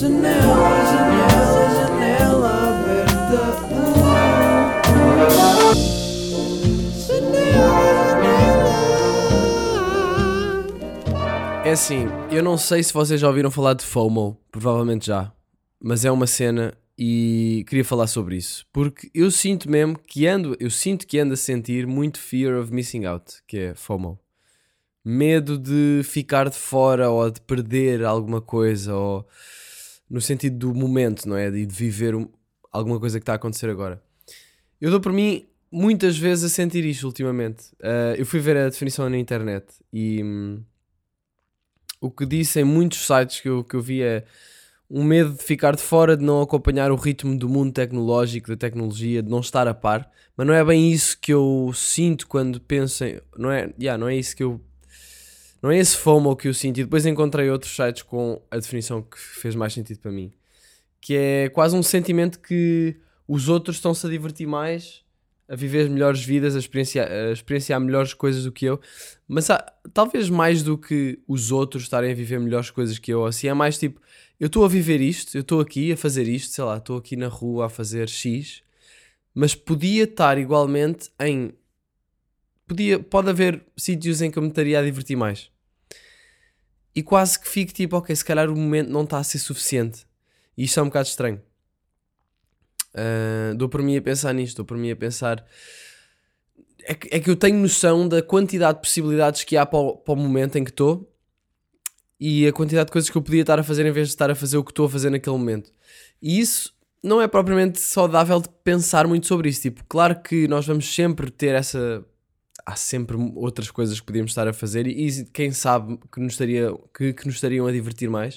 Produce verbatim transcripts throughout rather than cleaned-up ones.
Janela, janela, janela aberta. É assim, eu não sei se vocês já ouviram falar de FOMO, provavelmente já, mas é uma cena e queria falar sobre isso, porque eu sinto mesmo que ando, eu sinto que ando a sentir muito fear of missing out, que é FOMO. Medo de ficar de fora ou de perder alguma coisa, ou no sentido do momento, não é? De viver um, alguma coisa que está a acontecer agora. Eu dou por mim muitas vezes a sentir isto ultimamente. Uh, eu fui ver a definição na internet e hum, o que disse em muitos sites que eu, que eu vi é um medo de ficar de fora, de não acompanhar o ritmo do mundo tecnológico, da tecnologia, de não estar a par. Mas não é bem isso que eu sinto quando penso em... Não é, yeah, não é isso que eu... Não é esse FOMO que eu sinto. E depois encontrei outros sites com a definição que fez mais sentido para mim. Que é quase um sentimento que os outros estão-se a divertir mais, a viver melhores vidas, a experienciar, a experienciar melhores coisas do que eu. Mas há, talvez mais do que os outros estarem a viver melhores coisas que eu. Assim, é mais tipo, eu estou a viver isto, eu estou aqui a fazer isto, sei lá, estou aqui na rua a fazer X, mas podia estar igualmente em... Podia, pode haver sítios em que eu me estaria a divertir mais. E quase que fico tipo, ok, se calhar o momento não está a ser suficiente. E isto é um bocado estranho. Uh, dou por mim a pensar nisto, dou por mim a pensar... É que, é que eu tenho noção da quantidade de possibilidades que há para o, para o momento em que estou e a quantidade de coisas que eu podia estar a fazer em vez de estar a fazer o que estou a fazer naquele momento. E isso não é propriamente saudável de pensar muito sobre isso. Tipo, claro que nós vamos sempre ter essa... Há sempre outras coisas que podíamos estar a fazer e, e quem sabe que nos, estaria, que, que nos estariam a divertir mais.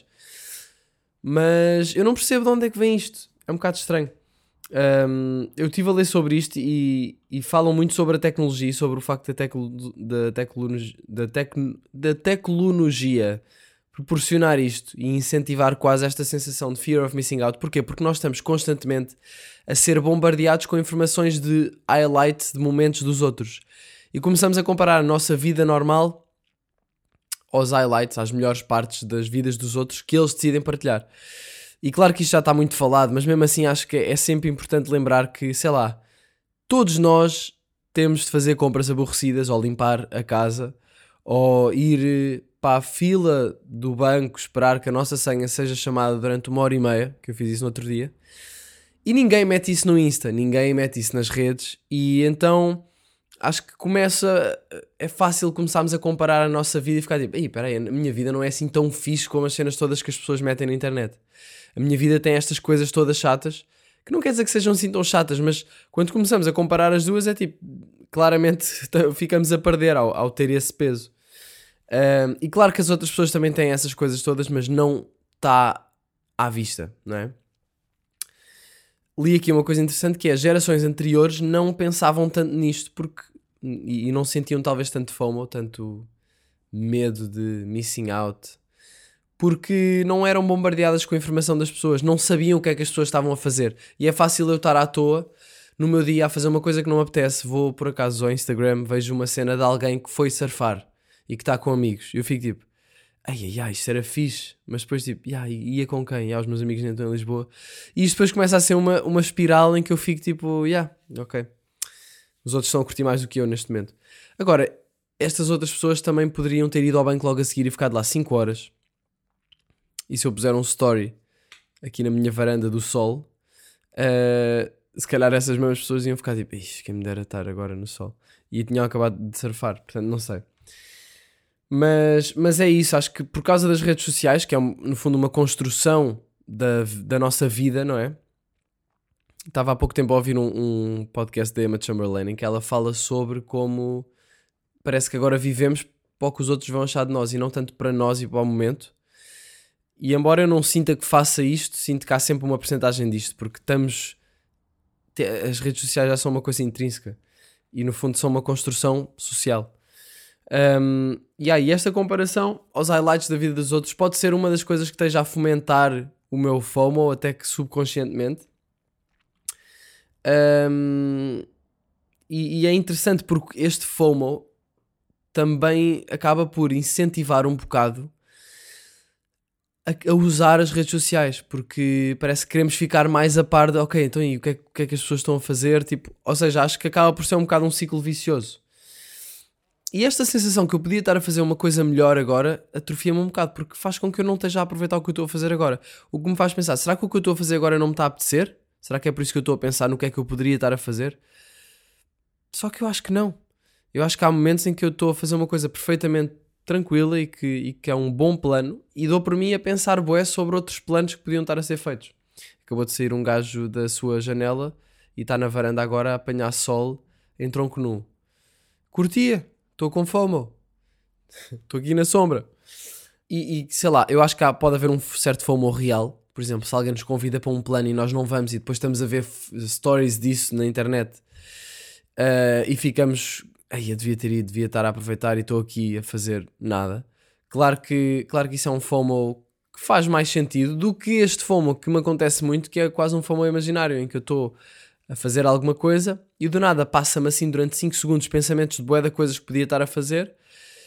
Mas eu não percebo de onde é que vem isto. É um bocado estranho. Um, eu estive a ler sobre isto e, e falam muito sobre a tecnologia e sobre o facto da, tecno, da, tecnologia, da, tecno, da tecnologia proporcionar isto e incentivar quase esta sensação de fear of missing out. Porquê? Porque nós estamos constantemente a ser bombardeados com informações de highlights de momentos dos outros. E começamos a comparar a nossa vida normal aos highlights, às melhores partes das vidas dos outros que eles decidem partilhar. E claro que isto já está muito falado, mas mesmo assim acho que é sempre importante lembrar que, sei lá, todos nós temos de fazer compras aborrecidas, ou limpar a casa, ou ir para a fila do banco esperar que a nossa senha seja chamada durante uma hora e meia, que eu fiz isso no outro dia. E ninguém mete isso no Insta, ninguém mete isso nas redes, e então... Acho que começa, é fácil começarmos a comparar a nossa vida e ficar tipo, ei, peraí, a minha vida não é assim tão fixe como as cenas todas que as pessoas metem na internet. A minha vida tem estas coisas todas chatas, que não quer dizer que sejam assim tão chatas, mas quando começamos a comparar as duas é tipo, claramente ficamos a perder ao, ao ter esse peso. Um, e claro que as outras pessoas também têm essas coisas todas, mas não está à vista, não é? Li aqui uma coisa interessante que é, as gerações anteriores não pensavam tanto nisto porque, e, e não sentiam talvez tanto FOMO, tanto medo de missing out, porque não eram bombardeadas com a informação das pessoas, não sabiam o que é que as pessoas estavam a fazer. E é fácil eu estar à toa no meu dia a fazer uma coisa que não me apetece, vou por acaso ao Instagram, vejo uma cena de alguém que foi surfar e que está com amigos, e eu fico tipo, ai ai ai, isto era fixe, mas depois tipo, yeah, ia com quem? Yeah, os meus amigos nem estão em Lisboa. E isto depois começa a ser uma, uma espiral em que eu fico tipo, yeah, ok, os outros estão a curtir mais do que eu neste momento. Agora, estas outras pessoas também poderiam ter ido ao banco logo a seguir e ficado lá cinco horas. E se eu puser um story aqui na minha varanda do sol, uh, se calhar essas mesmas pessoas iam ficar tipo, ixi, quem me dera estar agora no sol. E tinham acabado de surfar, portanto não sei. Mas, mas é isso, acho que por causa das redes sociais, que é no fundo uma construção da, da nossa vida, não é? Estava há pouco tempo a ouvir um, um podcast da Emma Chamberlain em que ela fala sobre como parece que agora vivemos para o que os outros vão achar de nós e não tanto para nós e para o momento. E embora eu não sinta que faça isto, sinto que há sempre uma percentagem disto, porque estamos... As redes sociais já são uma coisa intrínseca e no fundo são uma construção social. Um, yeah, e esta comparação aos highlights da vida dos outros pode ser uma das coisas que esteja a fomentar o meu FOMO, até que subconscientemente. Um, e, e é interessante porque este FOMO também acaba por incentivar um bocado a, a usar as redes sociais, porque parece que queremos ficar mais a par de, ok, então e o que, é, o que é que as pessoas estão a fazer, tipo, ou seja, acho que acaba por ser um bocado um ciclo vicioso. E esta sensação que eu podia estar a fazer uma coisa melhor agora, atrofia-me um bocado, porque faz com que eu não esteja a aproveitar o que eu estou a fazer agora. O que me faz pensar, será que o que eu estou a fazer agora não me está a apetecer? Será que é por isso que eu estou a pensar no que é que eu poderia estar a fazer? Só que eu acho que não. Eu acho que há momentos em que eu estou a fazer uma coisa perfeitamente tranquila e que, e que é um bom plano, e dou por mim a pensar bué sobre outros planos que podiam estar a ser feitos. Acabou de sair um gajo da sua janela e está na varanda agora a apanhar sol em tronco nu. Curtia, estou com fome, estou aqui na sombra. E, e sei lá, eu acho que há, pode haver um certo FOMO real. Por exemplo, se alguém nos convida para um plano e nós não vamos e depois estamos a ver f- stories disso na internet, uh, e ficamos, ai, eu devia ter ido, devia estar a aproveitar e estou aqui a fazer nada. Claro que, claro que isso é um FOMO que faz mais sentido do que este FOMO que me acontece muito, que é quase um FOMO imaginário, em que eu estou a fazer alguma coisa e do nada passa-me assim durante cinco segundos pensamentos de bué de coisas que podia estar a fazer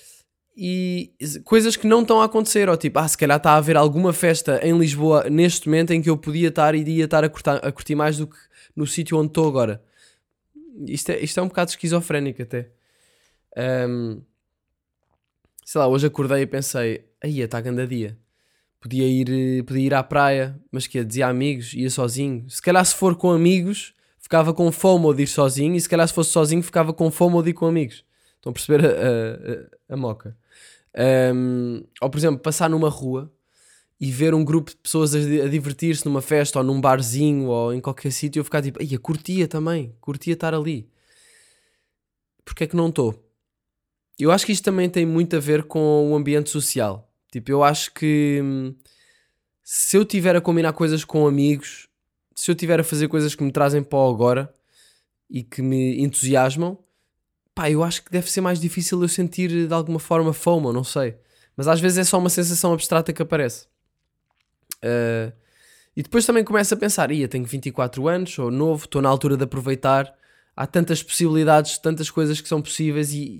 e coisas que não estão a acontecer, ou tipo, ah, se calhar está a haver alguma festa em Lisboa neste momento em que eu podia estar e iria estar a, curtar, a curtir mais do que no sítio onde estou agora. Isto é, isto é um bocado esquizofrénico até. Um, sei lá, hoje acordei e pensei, aí está grande dia. Podia ir, podia ir à praia, mas que dizia amigos, ia sozinho. Se calhar se for com amigos, ficava com fome de ir sozinho, e se calhar se fosse sozinho, ficava com fome de ir com amigos. Estão a perceber a, a, a, a moca? Um, ou por exemplo, passar numa rua e ver um grupo de pessoas a, a divertir-se numa festa ou num barzinho ou em qualquer sítio, eu ficar tipo, ai, curtia também, curtia estar ali. Porque é que não estou? Eu acho que isto também tem muito a ver com o ambiente social. Tipo, eu acho que hum, se eu tiver a combinar coisas com amigos, se eu tiver a fazer coisas que me trazem para o agora e que me entusiasmam, pá, eu acho que deve ser mais difícil eu sentir de alguma forma FOMO, não sei. Mas às vezes é só uma sensação abstrata que aparece. Uh, e depois também começo a pensar, ia, tenho vinte e quatro anos, sou novo, estou na altura de aproveitar. Há tantas possibilidades, tantas coisas que são possíveis e,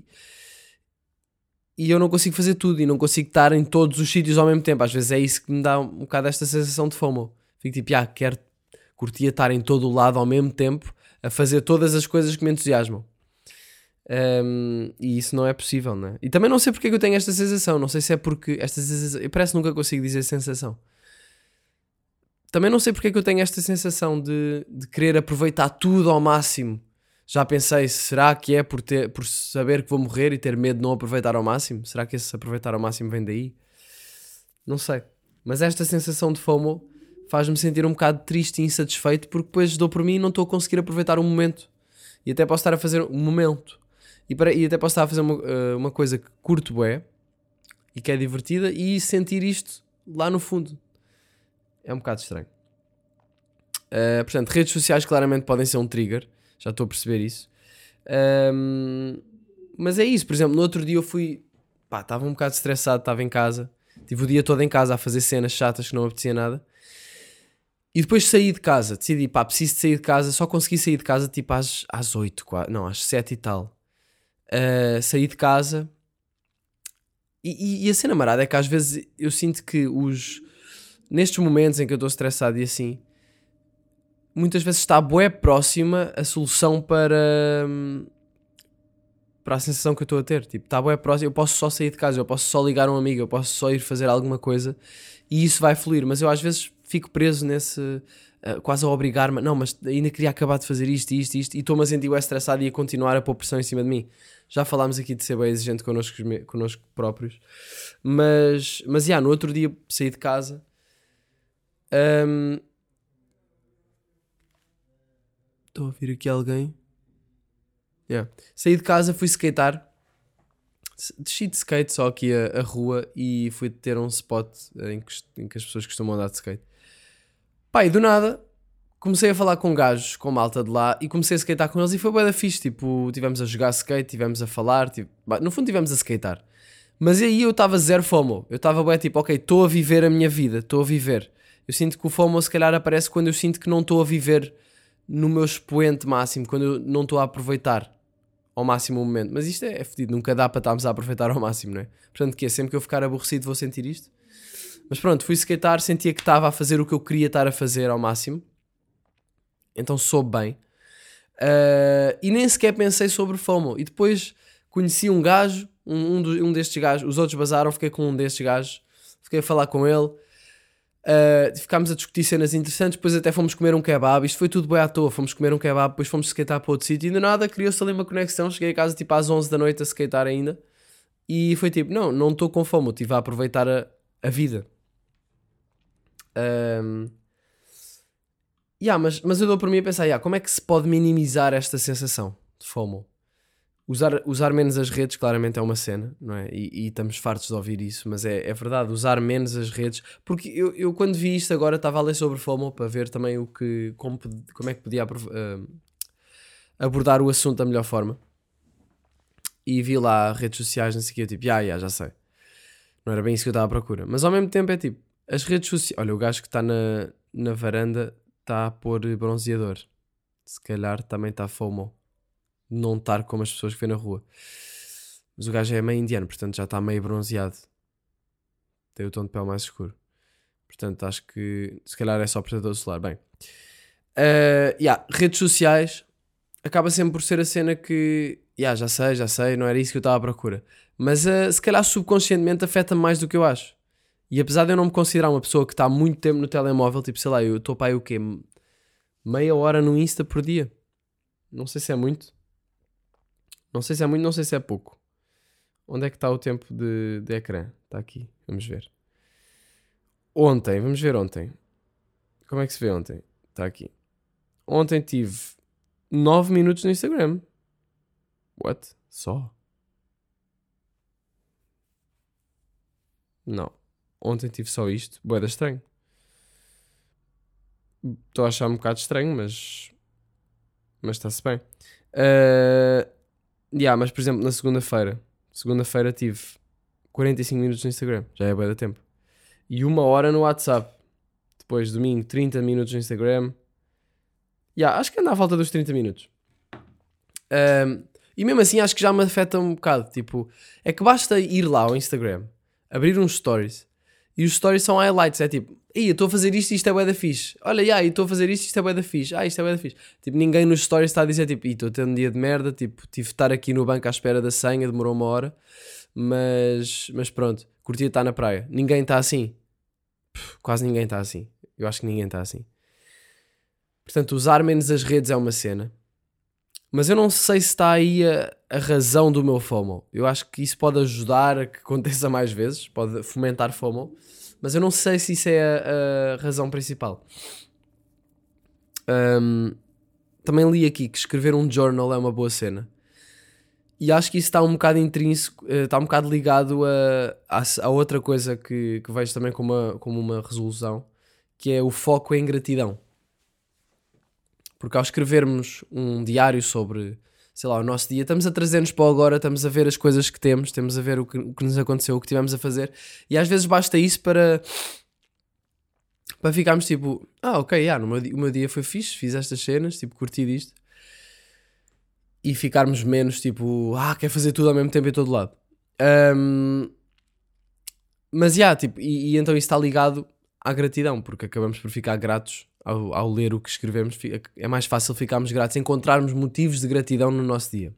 e eu não consigo fazer tudo e não consigo estar em todos os sítios ao mesmo tempo. Às vezes é isso que me dá um bocado esta sensação de FOMO. Fico tipo, ah, quero, curtia estar em todo o lado ao mesmo tempo a fazer todas as coisas que me entusiasmam. Um, e isso não é possível, não é? E também não sei porque é que eu tenho esta sensação. Não sei se é porque esta sensação, eu parece que nunca consigo dizer sensação. Também não sei porque é que eu tenho esta sensação de, de querer aproveitar tudo ao máximo. Já pensei, será que é por, ter, por saber que vou morrer e ter medo de não aproveitar ao máximo? Será que esse aproveitar ao máximo vem daí? Não sei. Mas esta sensação de FOMO faz-me sentir um bocado triste e insatisfeito porque depois dou por mim e não estou a conseguir aproveitar um momento. E até posso estar a fazer um momento. E, para, e até posso estar a fazer uma, uma coisa que curto bué e que é divertida e sentir isto lá no fundo. É um bocado estranho. Uh, portanto, redes sociais claramente podem ser um trigger. Já estou a perceber isso. Um, mas é isso. Por exemplo, no outro dia eu fui... Pá, estava um bocado estressado, estava em casa. Tive o dia todo em casa a fazer cenas chatas que não me apetecia nada. E depois saí de casa. Decidi, pá, preciso de sair de casa. Só consegui sair de casa tipo às, às oito, não, às sete e tal. Uh, saí de casa. E, e, e a cena marada é que às vezes eu sinto que os... Nestes momentos em que eu estou estressado e assim... Muitas vezes está bué próxima a solução para... Para a sensação que eu estou a ter. Tipo, está bué próximo. Eu posso só sair de casa. Eu posso só ligar a um amigo. Eu posso só ir fazer alguma coisa. E isso vai fluir. Mas eu às vezes fico preso nesse... Uh, quase a obrigar-me. Não, mas ainda queria acabar de fazer isto e isto e isto. E estou-me a sentir bué estressado e a continuar a pôr pressão em cima de mim. Já falámos aqui de ser bem exigente connosco, connosco próprios. Mas, mas, já, yeah, no outro dia saí de casa... Um, Estou a ouvir aqui alguém. Yeah. Saí de casa, fui skatear. Desci de skate só aqui a, a rua e fui ter um spot em que, em que as pessoas costumam andar de skate. Pá, e do nada comecei a falar com gajos, com malta de lá, e comecei a skatear com eles e foi bué da fixe. Tipo, tivemos a jogar skate, tivemos a falar, tipo, no fundo tivemos a skatear. Mas aí eu estava zero FOMO. Eu estava bué tipo, ok, estou a viver a minha vida, estou a viver. Eu sinto que o FOMO se calhar aparece quando eu sinto que não estou a viver no meu expoente máximo, quando eu não estou a aproveitar ao máximo o momento. Mas isto é, é fedido, nunca dá para estarmos a aproveitar ao máximo, não é? Portanto, que é sempre que eu ficar aborrecido vou sentir isto. Mas pronto, fui skatear, sentia que estava a fazer o que eu queria estar a fazer ao máximo. Então soube bem. Uh, e nem sequer pensei sobre FOMO. E depois conheci um gajo, um, um, do, um destes gajos, os outros bazaram, fiquei com um destes gajos, fiquei a falar com ele, uh, ficámos a discutir cenas interessantes, depois até fomos comer um kebab, isto foi tudo bem à toa, fomos comer um kebab, depois fomos skatear para outro sítio, e ainda nada, criou-se ali uma conexão, cheguei a casa tipo às onze da noite a skatear ainda, e foi tipo, não, não estou com FOMO, estive a aproveitar a, a vida. Um, Yeah, mas, mas eu dou por mim a pensar, yeah, como é que se pode minimizar esta sensação de FOMO? Usar, usar menos as redes claramente é uma cena, não é? E, e estamos fartos de ouvir isso, mas é, é verdade, usar menos as redes. Porque eu, eu quando vi isto agora estava a ler sobre FOMO para ver também o que, como, como é que podia uh, abordar o assunto da melhor forma. E vi lá redes sociais, não sei o que, eu tipo, yeah, yeah, já sei. Não era bem isso que eu estava à procura. Mas ao mesmo tempo é tipo, as redes sociais... Olha, o gajo que está na, na varanda... está a pôr bronzeador. Se calhar também está FOMO. Não estar como as pessoas que vêem na rua. Mas o gajo é meio indiano, portanto já está meio bronzeado. Tem o tom de pele mais escuro. Portanto acho que se calhar é só protetor solar. Bem, uh, yeah, redes sociais acaba sempre por ser a cena que yeah, já sei, já sei, não era isso que eu estava à procura. Mas uh, se calhar subconscientemente afeta-me mais do que eu acho. E apesar de eu não me considerar uma pessoa que está muito tempo no telemóvel, tipo, sei lá, eu estou para aí o quê? Meia hora no Insta por dia. Não sei se é muito. Não sei se é muito, não sei se é pouco. Onde é que está o tempo de, de ecrã? Está aqui, vamos ver. Ontem, vamos ver ontem. Como é que se vê ontem? Está aqui. Ontem tive nove minutos no Instagram. What? Só? Não. Ontem tive só isto. Bué da estranho. Estou a achar um bocado estranho, mas... Mas está-se bem. Uh... Yeah, mas por exemplo, na segunda-feira. Segunda-feira tive quarenta e cinco minutos no Instagram. Já é bué da tempo. E uma hora no WhatsApp. Depois, domingo, trinta minutos no Instagram. Yeah, acho que anda à volta dos trinta minutos. Um... E mesmo assim acho que já me afeta um bocado. Tipo, é que basta ir lá ao Instagram, abrir uns stories... E os stories são highlights, é tipo, eu estou a fazer isto e isto é bué da fixe. Olha, yeah, estou a fazer isto e isto é bué da fixe. Ah, isto é bué da fixe. Tipo, ninguém nos stories está a dizer, tipo, estou tendo um dia de merda, tipo, tive de estar aqui no banco à espera da senha, demorou uma hora. Mas, mas pronto, curtia estar na praia. Ninguém está assim. Pff, quase ninguém está assim. Eu acho que ninguém está assim. Portanto, usar menos as redes é uma cena. Mas eu não sei se está aí a, a razão do meu FOMO. Eu acho que isso pode ajudar a que aconteça mais vezes, pode fomentar FOMO, mas eu não sei se isso é a, a razão principal. Um, também li aqui que escrever um journal é uma boa cena. E acho que isso está um bocado intrínseco, está um bocado ligado a, a, a outra coisa que, que vejo também como uma, como uma resolução, que é o foco em gratidão. Porque ao escrevermos um diário sobre, sei lá, o nosso dia, estamos a trazer-nos para o agora, estamos a ver as coisas que temos, estamos a ver o que, o que nos aconteceu, o que tivemos a fazer, e às vezes basta isso para, para ficarmos tipo, ah, ok, yeah, no meu, o meu dia foi fixe, fiz estas cenas, tipo, curti disto, e ficarmos menos tipo, ah, quer fazer tudo ao mesmo tempo em todo lado. Um, mas, yeah, tipo, e, e então isso está ligado à gratidão, porque acabamos por ficar gratos Ao, ao ler o que escrevemos. É mais fácil ficarmos gratos, encontrarmos motivos de gratidão no nosso dia.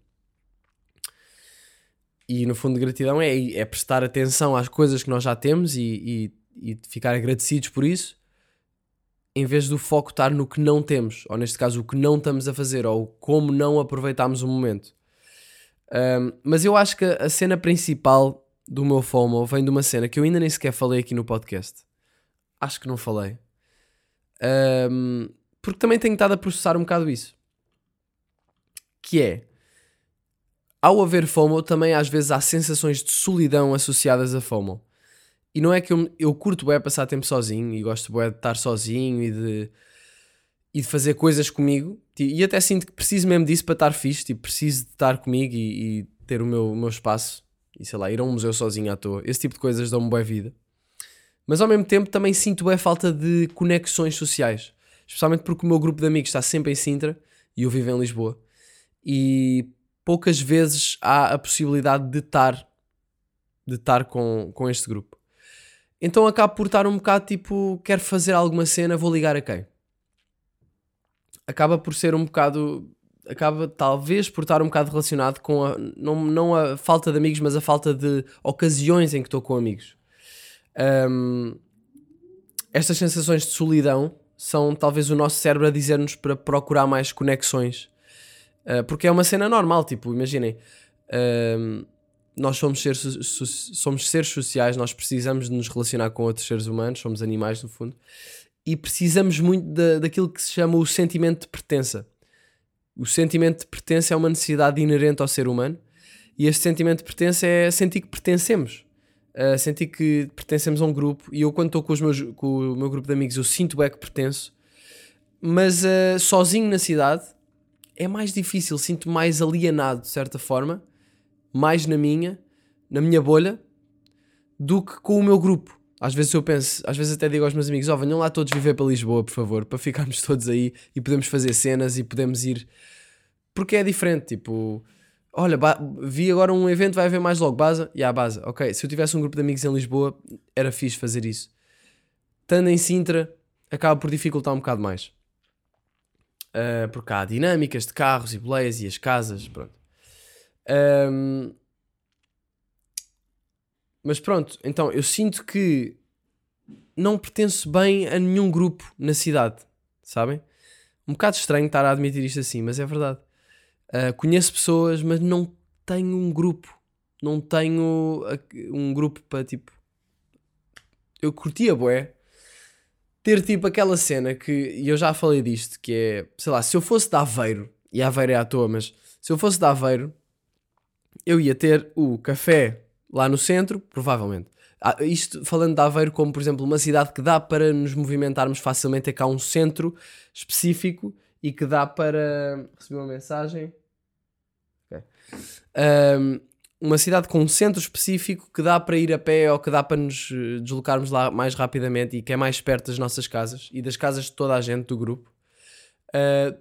E no fundo, gratidão é, é prestar atenção às coisas que nós já temos e, e, e ficar agradecidos por isso, em vez do foco estar no que não temos, ou neste caso o que não estamos a fazer, ou como não aproveitámos o momento. Um, mas eu acho que a cena principal do meu FOMO vem de uma cena que eu ainda nem sequer falei aqui no podcast. Acho que não falei. Um, porque também tenho estado a processar um bocado isso, que é, ao haver FOMO também às vezes há sensações de solidão associadas a FOMO, e não é que eu, eu curto bué passar tempo sozinho e gosto bué de estar sozinho e de, e de fazer coisas comigo, e até sinto que preciso mesmo disso para estar fixe, tipo, preciso de estar comigo e, e ter o meu, o meu espaço e sei lá, ir a um museu sozinho à toa, esse tipo de coisas dão-me bué vida. Mas ao mesmo tempo também sinto bem falta de conexões sociais. Especialmente porque o meu grupo de amigos está sempre em Sintra e eu vivo em Lisboa. E poucas vezes há a possibilidade de estar, de estar com, com este grupo. então acabo por estar um bocado tipo, quero fazer alguma cena, vou ligar a quem? Acaba por ser um bocado, acaba talvez por estar um bocado relacionado com a, não, não a falta de amigos, mas a falta de ocasiões em que estou com amigos. Um, estas sensações de solidão são talvez o nosso cérebro a dizer-nos para procurar mais conexões. Uh, porque é uma cena normal, tipo, imaginem, uh, nós somos seres, so, somos seres sociais, nós precisamos de nos relacionar com outros seres humanos, somos animais no fundo, e precisamos muito da, daquilo que se chama o sentimento de pertença. O sentimento de pertença é uma necessidade inerente ao ser humano, e este sentimento de pertença é sentir que pertencemos, uh, sentir que pertencemos a um grupo. E eu, quando estou com, os meus, com o meu grupo de amigos, eu sinto é que pertenço, mas uh, sozinho na cidade é mais difícil, sinto mais alienado de certa forma, mais na minha, na minha bolha, do que com o meu grupo. Às vezes eu penso, às vezes até digo aos meus amigos, ó, oh, venham lá todos viver para Lisboa, por favor, para ficarmos todos aí e podemos fazer cenas e podemos ir, porque é diferente, tipo, olha, ba- vi agora um evento, vai haver mais logo, Baza, e yeah, Baza, ok, se eu tivesse um grupo de amigos em Lisboa, era fixe fazer isso. Estando em Sintra, acaba por dificultar um bocado mais. Uh, porque há dinâmicas de carros e boleias e as casas, pronto. Um, mas pronto, então eu sinto que não pertenço bem a nenhum grupo na cidade, sabem? Um bocado estranho estar a admitir isto assim, mas é verdade. Uh, conheço pessoas, mas não tenho um grupo. Não tenho uh, um grupo para tipo. Eu curtia bué ter tipo aquela cena que, e eu já falei disto, que é, sei lá, se eu fosse de Aveiro, e Aveiro é à toa, mas se eu fosse de Aveiro, eu ia ter o café lá no centro, provavelmente. Ah, isto falando de Aveiro como, por exemplo, uma cidade que dá para nos movimentarmos facilmente, é que há um centro específico e que dá para... Recebi uma mensagem. Okay. Um, uma cidade com um centro específico que dá para ir a pé ou que dá para nos deslocarmos lá mais rapidamente e que é mais perto das nossas casas e das casas de toda a gente do grupo, uh,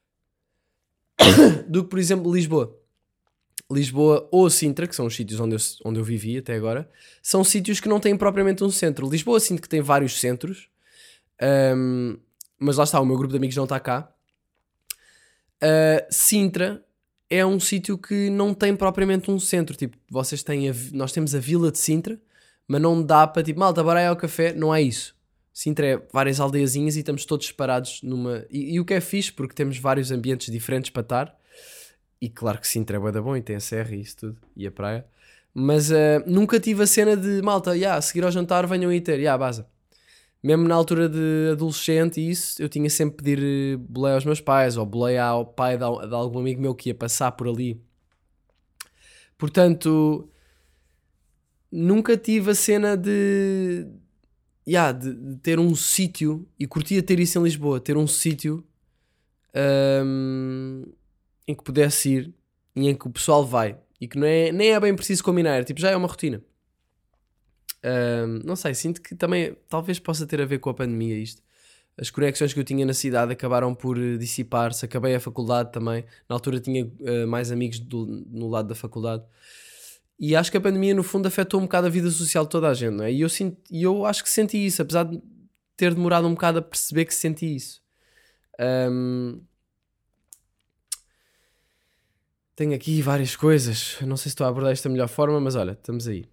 do que, por exemplo, Lisboa. Lisboa ou Sintra, que são os sítios onde eu, onde eu vivi até agora, são sítios que não têm propriamente um centro. Lisboa sinto que tem vários centros, um, mas lá está, o meu grupo de amigos não está cá. Uh, Sintra é um sítio que não tem propriamente um centro. Tipo, vocês têm a, nós temos a Vila de Sintra, mas não dá para tipo, malta, bora aí ao café, não é isso. Sintra é várias aldeiazinhas e estamos todos separados numa... E, e o que é fixe, porque temos vários ambientes diferentes para estar. E claro que Sintra é bué da bom e tem a serra e isso tudo, e a praia. Mas uh, nunca tive a cena de, malta, yeah, a seguir ao jantar venham aí ter, yeah, baza. Mesmo na altura de adolescente e isso, eu tinha sempre de pedir boleia aos meus pais, ou boleia ao pai de, de algum amigo meu que ia passar por ali. Portanto, nunca tive a cena de, yeah, de, de ter um sítio, e curtia ter isso em Lisboa, ter um sítio um, em que pudesse ir e em que o pessoal vai. E que não é, nem é bem preciso combinar, tipo, já é uma rotina. Um, não sei, sinto que também talvez possa ter a ver com a pandemia isto. As conexões que eu tinha na cidade acabaram por dissipar-se. Acabei a faculdade também. Na altura tinha uh, mais amigos do, no lado da faculdade. E acho que a pandemia no fundo afetou um bocado a vida social de toda a gente, não é? E eu, sinto, e eu acho que senti isso, apesar de ter demorado um bocado a perceber que senti isso. Um, tenho aqui várias coisas. Não sei se estou a abordar isto da melhor forma, mas olha, estamos aí.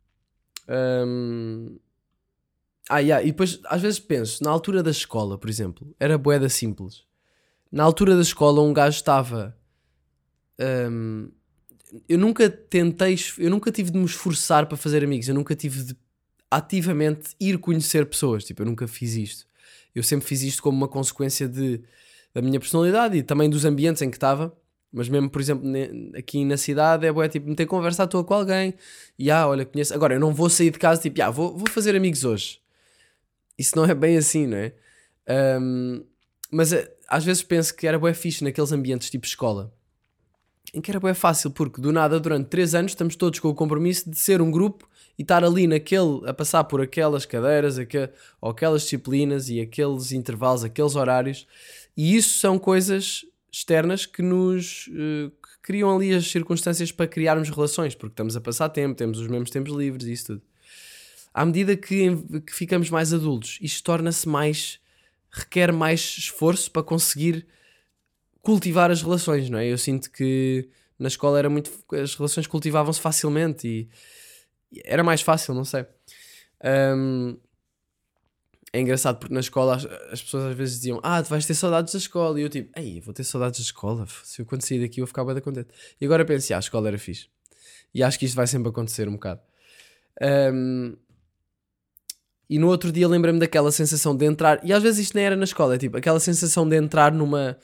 Um... Ah, yeah. E depois às vezes penso, na altura da escola, por exemplo, era bué simples. Na altura da escola um gajo estava... Um... Eu nunca tentei, eu nunca tive de me esforçar para fazer amigos, eu nunca tive de ativamente ir conhecer pessoas, tipo, eu nunca fiz isto. Eu sempre fiz isto como uma consequência de, da minha personalidade e também dos ambientes em que estava. Mas mesmo, por exemplo, aqui na cidade é bué, tipo, meter conversa à toa com alguém e ah, olha, conheço. Agora, eu não vou sair de casa, tipo, ah, vou, vou fazer amigos hoje. Isso não é bem assim, não é? Um, mas às vezes penso que era bué fixe naqueles ambientes tipo escola, em que era bué fácil, porque do nada, durante três anos, estamos todos com o compromisso de ser um grupo e estar ali naquele, a passar por aquelas cadeiras, aquel, ou aquelas disciplinas e aqueles intervalos, aqueles horários. E isso são coisas externas que nos uh, que criam ali as circunstâncias para criarmos relações, porque estamos a passar tempo, temos os mesmos tempos livres e isso tudo. à medida que, que ficamos mais adultos, isto torna-se mais, requer mais esforço para conseguir cultivar as relações, não é? Eu sinto que na escola era muito, as relações cultivavam-se facilmente e era mais fácil, não sei. Um, é engraçado porque na escola as, as pessoas às vezes diziam: ah, tu vais ter saudades da escola. E eu tipo: ei, vou ter saudades da escola. Se eu quando sair daqui eu vou ficar bem contente. E agora penso: ah, a escola era fixe. E acho que isto vai sempre acontecer um bocado. Um, e no outro dia lembrei-me daquela sensação de entrar, e às vezes isto nem era na escola, é tipo aquela sensação de entrar numa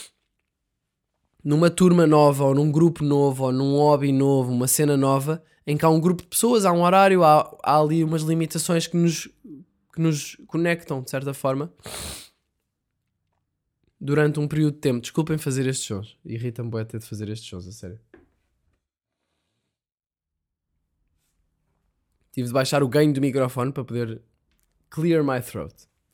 numa turma nova, ou num grupo novo, ou num hobby novo, uma cena nova, em que há um grupo de pessoas, há um horário, há, há ali umas limitações que nos, que nos conectam, de certa forma, durante um período de tempo. Desculpem fazer estes sons, irrita-me bué ter de fazer estes sons, a sério. Tive de baixar o gain do microfone para poder clear my throat.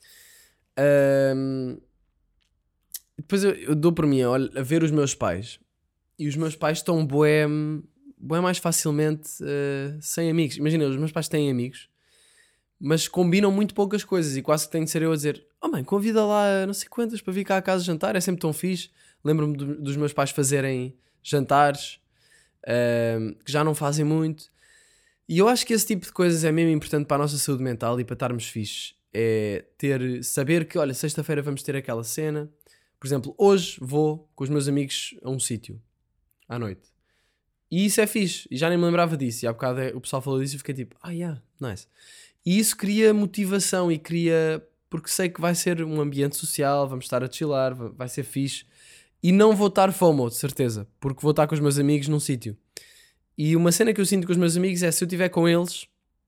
Um, depois eu, eu dou por mim a, olh- a ver os meus pais. E os meus pais estão bué, bué mais facilmente uh, sem amigos. Imagina, os meus pais têm amigos, mas combinam muito poucas coisas. E quase que tenho de ser eu a dizer: oh mãe, convida lá não sei quantas para vir cá a casa jantar. É sempre tão fixe. Lembro-me do- dos meus pais fazerem jantares, uh, que já não fazem muito. E eu acho que esse tipo de coisas é mesmo importante para a nossa saúde mental e para estarmos fixes. É ter, saber que, olha, sexta-feira vamos ter aquela cena. Por exemplo, hoje vou com os meus amigos a um sítio, à noite. E isso é fixe. E já nem me lembrava disso. E há bocado o pessoal falou disso e eu fiquei tipo: ah, yeah, nice. E isso cria motivação e cria... Porque sei que vai ser um ambiente social, vamos estar a chilar, vai ser fixe. E não vou estar FOMO, de certeza. Porque vou estar com os meus amigos num sítio. E uma cena que eu sinto com os meus amigos é, se eu estiver com eles,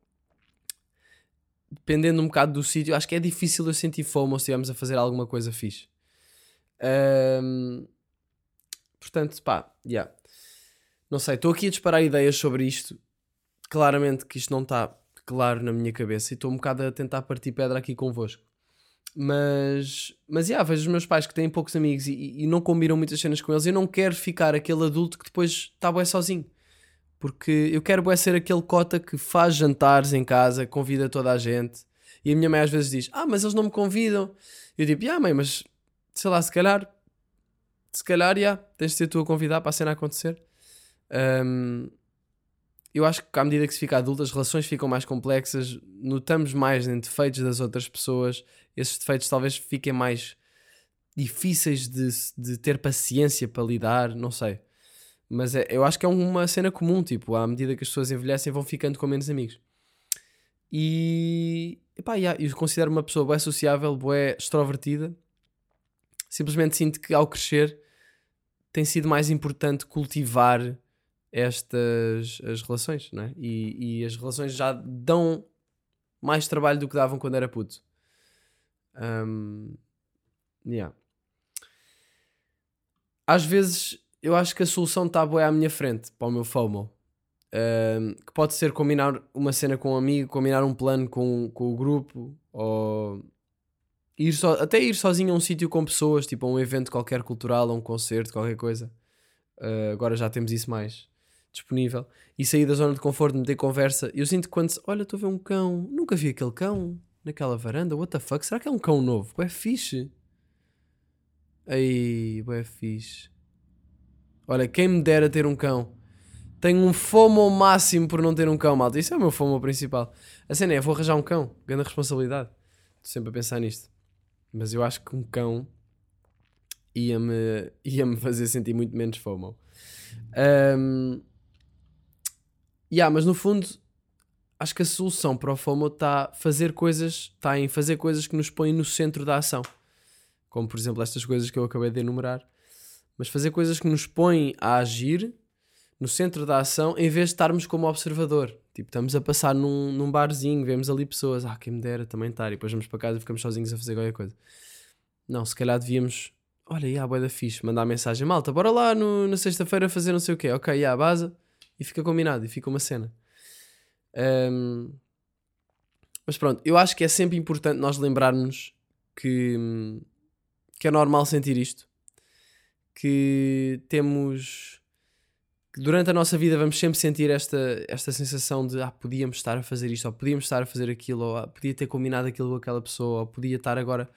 dependendo um bocado do sítio, acho que é difícil eu sentir FOMO se estivermos a fazer alguma coisa fixe. Um, portanto, pá, yeah. Não sei, estou aqui a disparar ideias sobre isto. Claramente que isto não está claro na minha cabeça e estou um bocado a tentar partir pedra aqui convosco. Mas, mas yeah, vejo os meus pais que têm poucos amigos e, e não combinam muitas cenas com eles. Eu não quero ficar aquele adulto que depois está bué sozinho. Porque eu quero bué ser aquele cota que faz jantares em casa, convida toda a gente. E a minha mãe às vezes diz: ah, mas eles não me convidam. Eu digo: ah, mãe, mas sei lá, se calhar, se calhar, já, tens de ser tu a convidar para a cena acontecer. Um, eu acho que à medida que se fica adulto, as relações ficam mais complexas, notamos mais em defeitos das outras pessoas. Esses defeitos talvez fiquem mais difíceis de, de ter paciência para lidar, não sei. Mas é, eu acho que é uma cena comum, tipo, à medida que as pessoas envelhecem vão ficando com menos amigos. E, epá, yeah, eu considero uma pessoa bué sociável, bué extrovertida. Simplesmente sinto que ao crescer tem sido mais importante cultivar estas as relações, não é? E, e as relações já dão mais trabalho do que davam quando era puto. Um, yeah. Às vezes eu acho que a solução está bué à minha frente para o meu FOMO. Um, que pode ser combinar uma cena com um amigo, combinar um plano com, com o grupo, ou ir so, até ir sozinho a um sítio com pessoas, tipo a um evento qualquer cultural, a um concerto, qualquer coisa. Uh, agora já temos isso mais disponível. E sair da zona de conforto, meter conversa. Eu sinto que quando se, olha, estou a ver um cão, nunca vi aquele cão naquela varanda, what the fuck, será que é um cão novo? É fixe. Aí, é fixe. Olha, quem me dera ter um cão. Tenho um FOMO ao máximo por não ter um cão, malta. Isso é o meu FOMO principal. A cena é, vou arranjar um cão. Grande responsabilidade. Estou sempre a pensar nisto. Mas eu acho que um cão ia-me ia-me fazer sentir muito menos FOMO. Um, yeah, mas no fundo, acho que a solução para o FOMO está fazer coisas, está em fazer coisas que nos põem no centro da ação. Como, por exemplo, estas coisas que eu acabei de enumerar. Mas fazer coisas que nos põem a agir no centro da ação, em vez de estarmos como observador. Tipo, estamos a passar num, num barzinho, vemos ali pessoas, ah, quem me dera também estar, e depois vamos para casa e ficamos sozinhos a fazer qualquer coisa. Não, se calhar devíamos, olha, já, bué da fixe, mandar mensagem, malta, bora lá no, na sexta-feira fazer não sei o quê, ok, já, baza, e fica combinado, e fica uma cena. Um, mas pronto, eu acho que é sempre importante nós lembrarmos que, que é normal sentir isto, que temos... durante a nossa vida vamos sempre sentir esta, esta sensação de ah, podíamos estar a fazer isto, ou podíamos estar a fazer aquilo, ou ah, podia ter combinado aquilo com aquela pessoa, ou podia estar agora...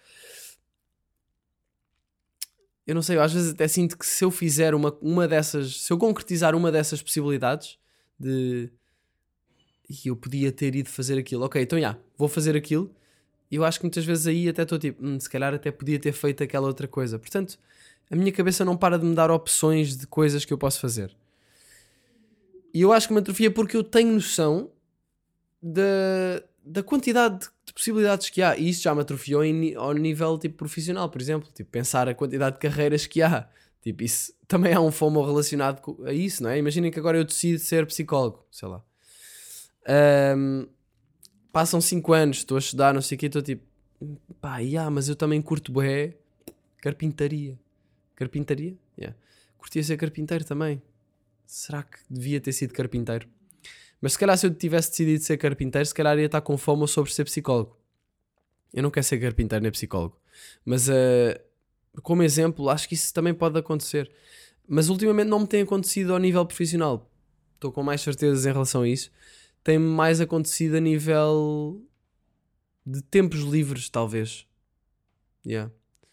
Eu não sei, eu às vezes até sinto que se eu fizer uma, uma dessas, se eu concretizar uma dessas possibilidades de... E eu podia ter ido fazer aquilo, ok, então já, vou fazer aquilo, e eu acho que muitas vezes aí até estou tipo, hum, se calhar até podia ter feito aquela outra coisa. Portanto, a minha cabeça não para de me dar opções de coisas que eu posso fazer. E eu acho que me atrofia porque eu tenho noção da, da quantidade de possibilidades que há. E isso já me atrofiou em, ao nível tipo, profissional, por exemplo. Tipo, pensar a quantidade de carreiras que há. Tipo, isso também há um FOMO relacionado com, a isso, não é? Imaginem que agora eu decido ser psicólogo, sei lá. Um, passam cinco anos, estou a estudar, não sei o quê, estou tipo, pá, yeah, mas eu também curto bué carpintaria. Carpintaria? Yeah. Curtia ser carpinteiro também. Será que devia ter sido carpinteiro? Mas se calhar se eu tivesse decidido ser carpinteiro, se calhar ia estar com fome sobre ser psicólogo. Eu não quero ser carpinteiro nem psicólogo. Mas uh, como exemplo, acho que isso também pode acontecer. Mas ultimamente não me tem acontecido ao nível profissional. Estou com mais certezas em relação a isso. Tem mais acontecido a nível de tempos livres, talvez. Yeah.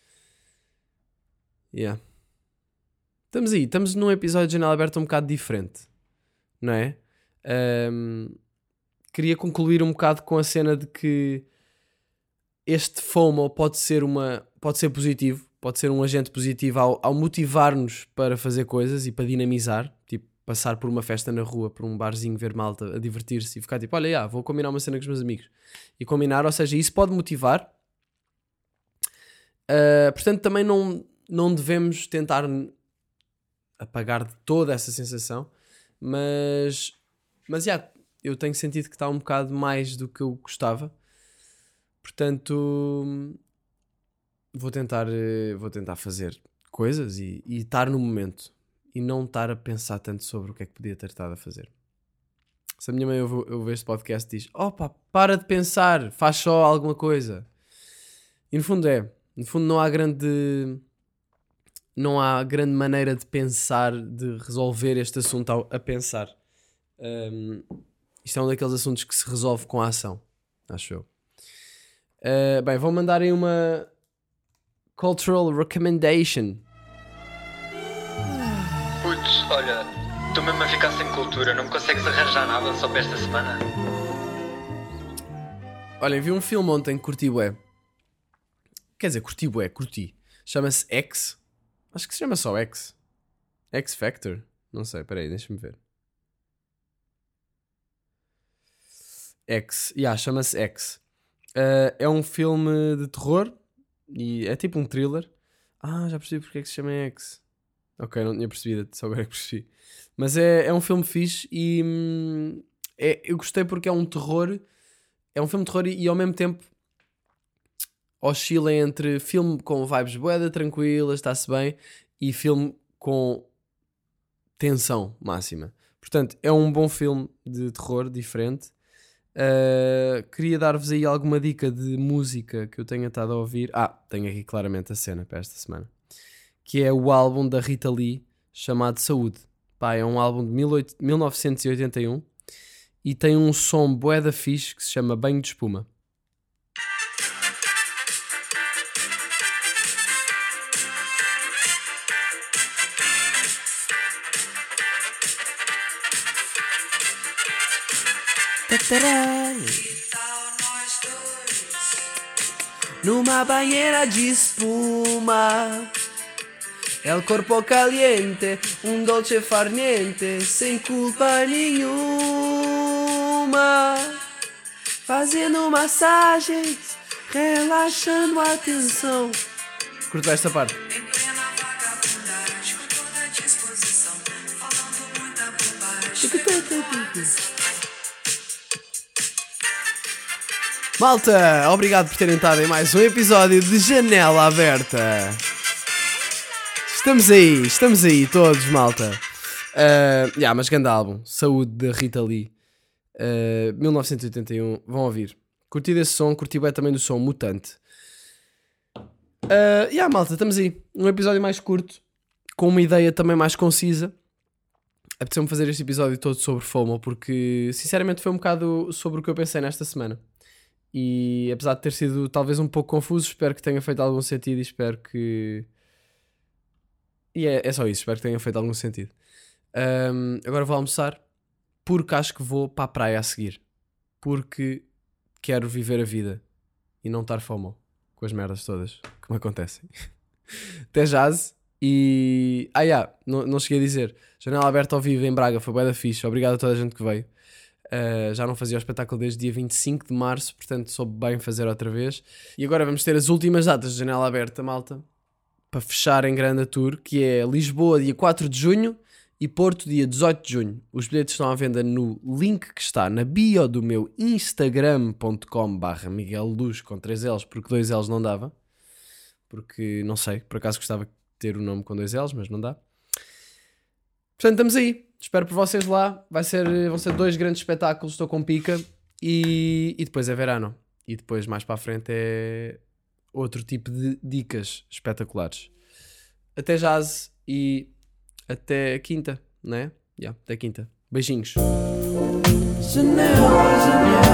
Yeah. Estamos aí, estamos num episódio de Janela Aberta um bocado diferente, não é? Um, queria concluir um bocado com a cena de que este FOMO pode ser, uma, pode ser positivo, pode ser um agente positivo ao, ao motivar-nos para fazer coisas e para dinamizar, tipo passar por uma festa na rua, por um barzinho, ver malta, a divertir-se e ficar tipo, olha, já, vou combinar uma cena com os meus amigos. E combinar, ou seja, isso pode motivar. Uh, portanto, também não, não devemos tentar apagar de toda essa sensação, mas, mas já, yeah, eu tenho sentido que está um bocado mais do que eu gostava. Portanto, vou tentar, vou tentar fazer coisas e, e estar no momento. E não estar a pensar tanto sobre o que é que podia ter estado a fazer. Se a minha mãe ouve, ouve este podcast e diz, opa, para de pensar, faz só alguma coisa. E no fundo é, no fundo não há grande, não há grande maneira de pensar, de resolver este assunto ao, a pensar. Um, isto é um daqueles assuntos que se resolve com a ação, acho eu. Uh, bem, vou mandar aí uma cultural recommendation. Putz, olha, estou mesmo a ficar sem cultura, não me consegues arranjar nada só para esta semana? Olhem, vi um filme ontem que curti bué. Quer dizer, curti bué, curti. Chama-se X. Acho que se chama só X. X Factor? Não sei, peraí, deixa-me ver. X, yeah, chama-se X. Uh, é um filme de terror e é tipo um thriller. Ah, já percebi porque é que se chama X. Ok, não tinha percebido, só agora é que percebi. Mas é, é um filme fixe e hum, é, eu gostei porque é um terror. É um filme de terror e, e ao mesmo tempo oscila entre filme com vibes bué tranquilas, está-se bem, e filme com tensão máxima. Portanto, é um bom filme de terror, diferente. Uh, queria dar-vos aí alguma dica de música que eu tenha estado a ouvir. Ah, tenho aqui claramente a cena para esta semana, que é o álbum da Rita Lee chamado Saúde. Pá, é um álbum de mil novecentos e oitenta e um e tem um som bué da fixe que se chama Banho de Espuma. Numa banheira de espuma, el corpo caliente, um dolce far niente, sem culpa nenhuma, fazendo massagens, relaxando a tensão. Curto esta parte. Malta, obrigado por terem estado em mais um episódio de Janela Aberta. Estamos aí, estamos aí todos, malta. Uh, yeah, mas grande álbum, Saúde, da Rita Lee, uh, mil novecentos e oitenta e um, vão ouvir. Curti desse som, curti bem também do som Mutante. Uh, yeah, malta, estamos aí, um episódio mais curto, com uma ideia também mais concisa. apeteceu-me fazer este episódio todo sobre FOMO, porque sinceramente foi um bocado sobre o que eu pensei nesta semana. E apesar de ter sido talvez um pouco confuso, espero que tenha feito algum sentido e espero que... E é, é só isso, espero que tenha feito algum sentido. Um, agora vou almoçar, porque acho que vou para a praia a seguir. Porque quero viver a vida e não estar FOMO com as merdas todas que me acontecem. Até jazz. E... Ah, yeah, não, não cheguei a dizer. Janela aberta ao vivo em Braga, foi bué da fixe. Obrigado a toda a gente que veio. Uh, já não fazia o espetáculo desde dia vinte e cinco de março, portanto soube bem fazer outra vez. E agora vamos ter as últimas datas de Janela Aberta, malta, para fechar em grande a tour, que é Lisboa dia quatro de junho e Porto dia dezoito de junho. Os bilhetes estão à venda no link que está na bio do meu instagram ponto com barra Miguel Luz, com três L's, porque dois L's não dava. Porque, não sei, por acaso gostava de ter o nome com dois L's, mas não dá. Portanto, estamos aí. Espero por vocês lá. Vai ser, vão ser dois grandes espetáculos. Estou com pica. E, e depois é verano. E depois, mais para a frente, é outro tipo de dicas espetaculares. Até jazz e até quinta, não é? Yeah, até quinta. Beijinhos. Janela, janela.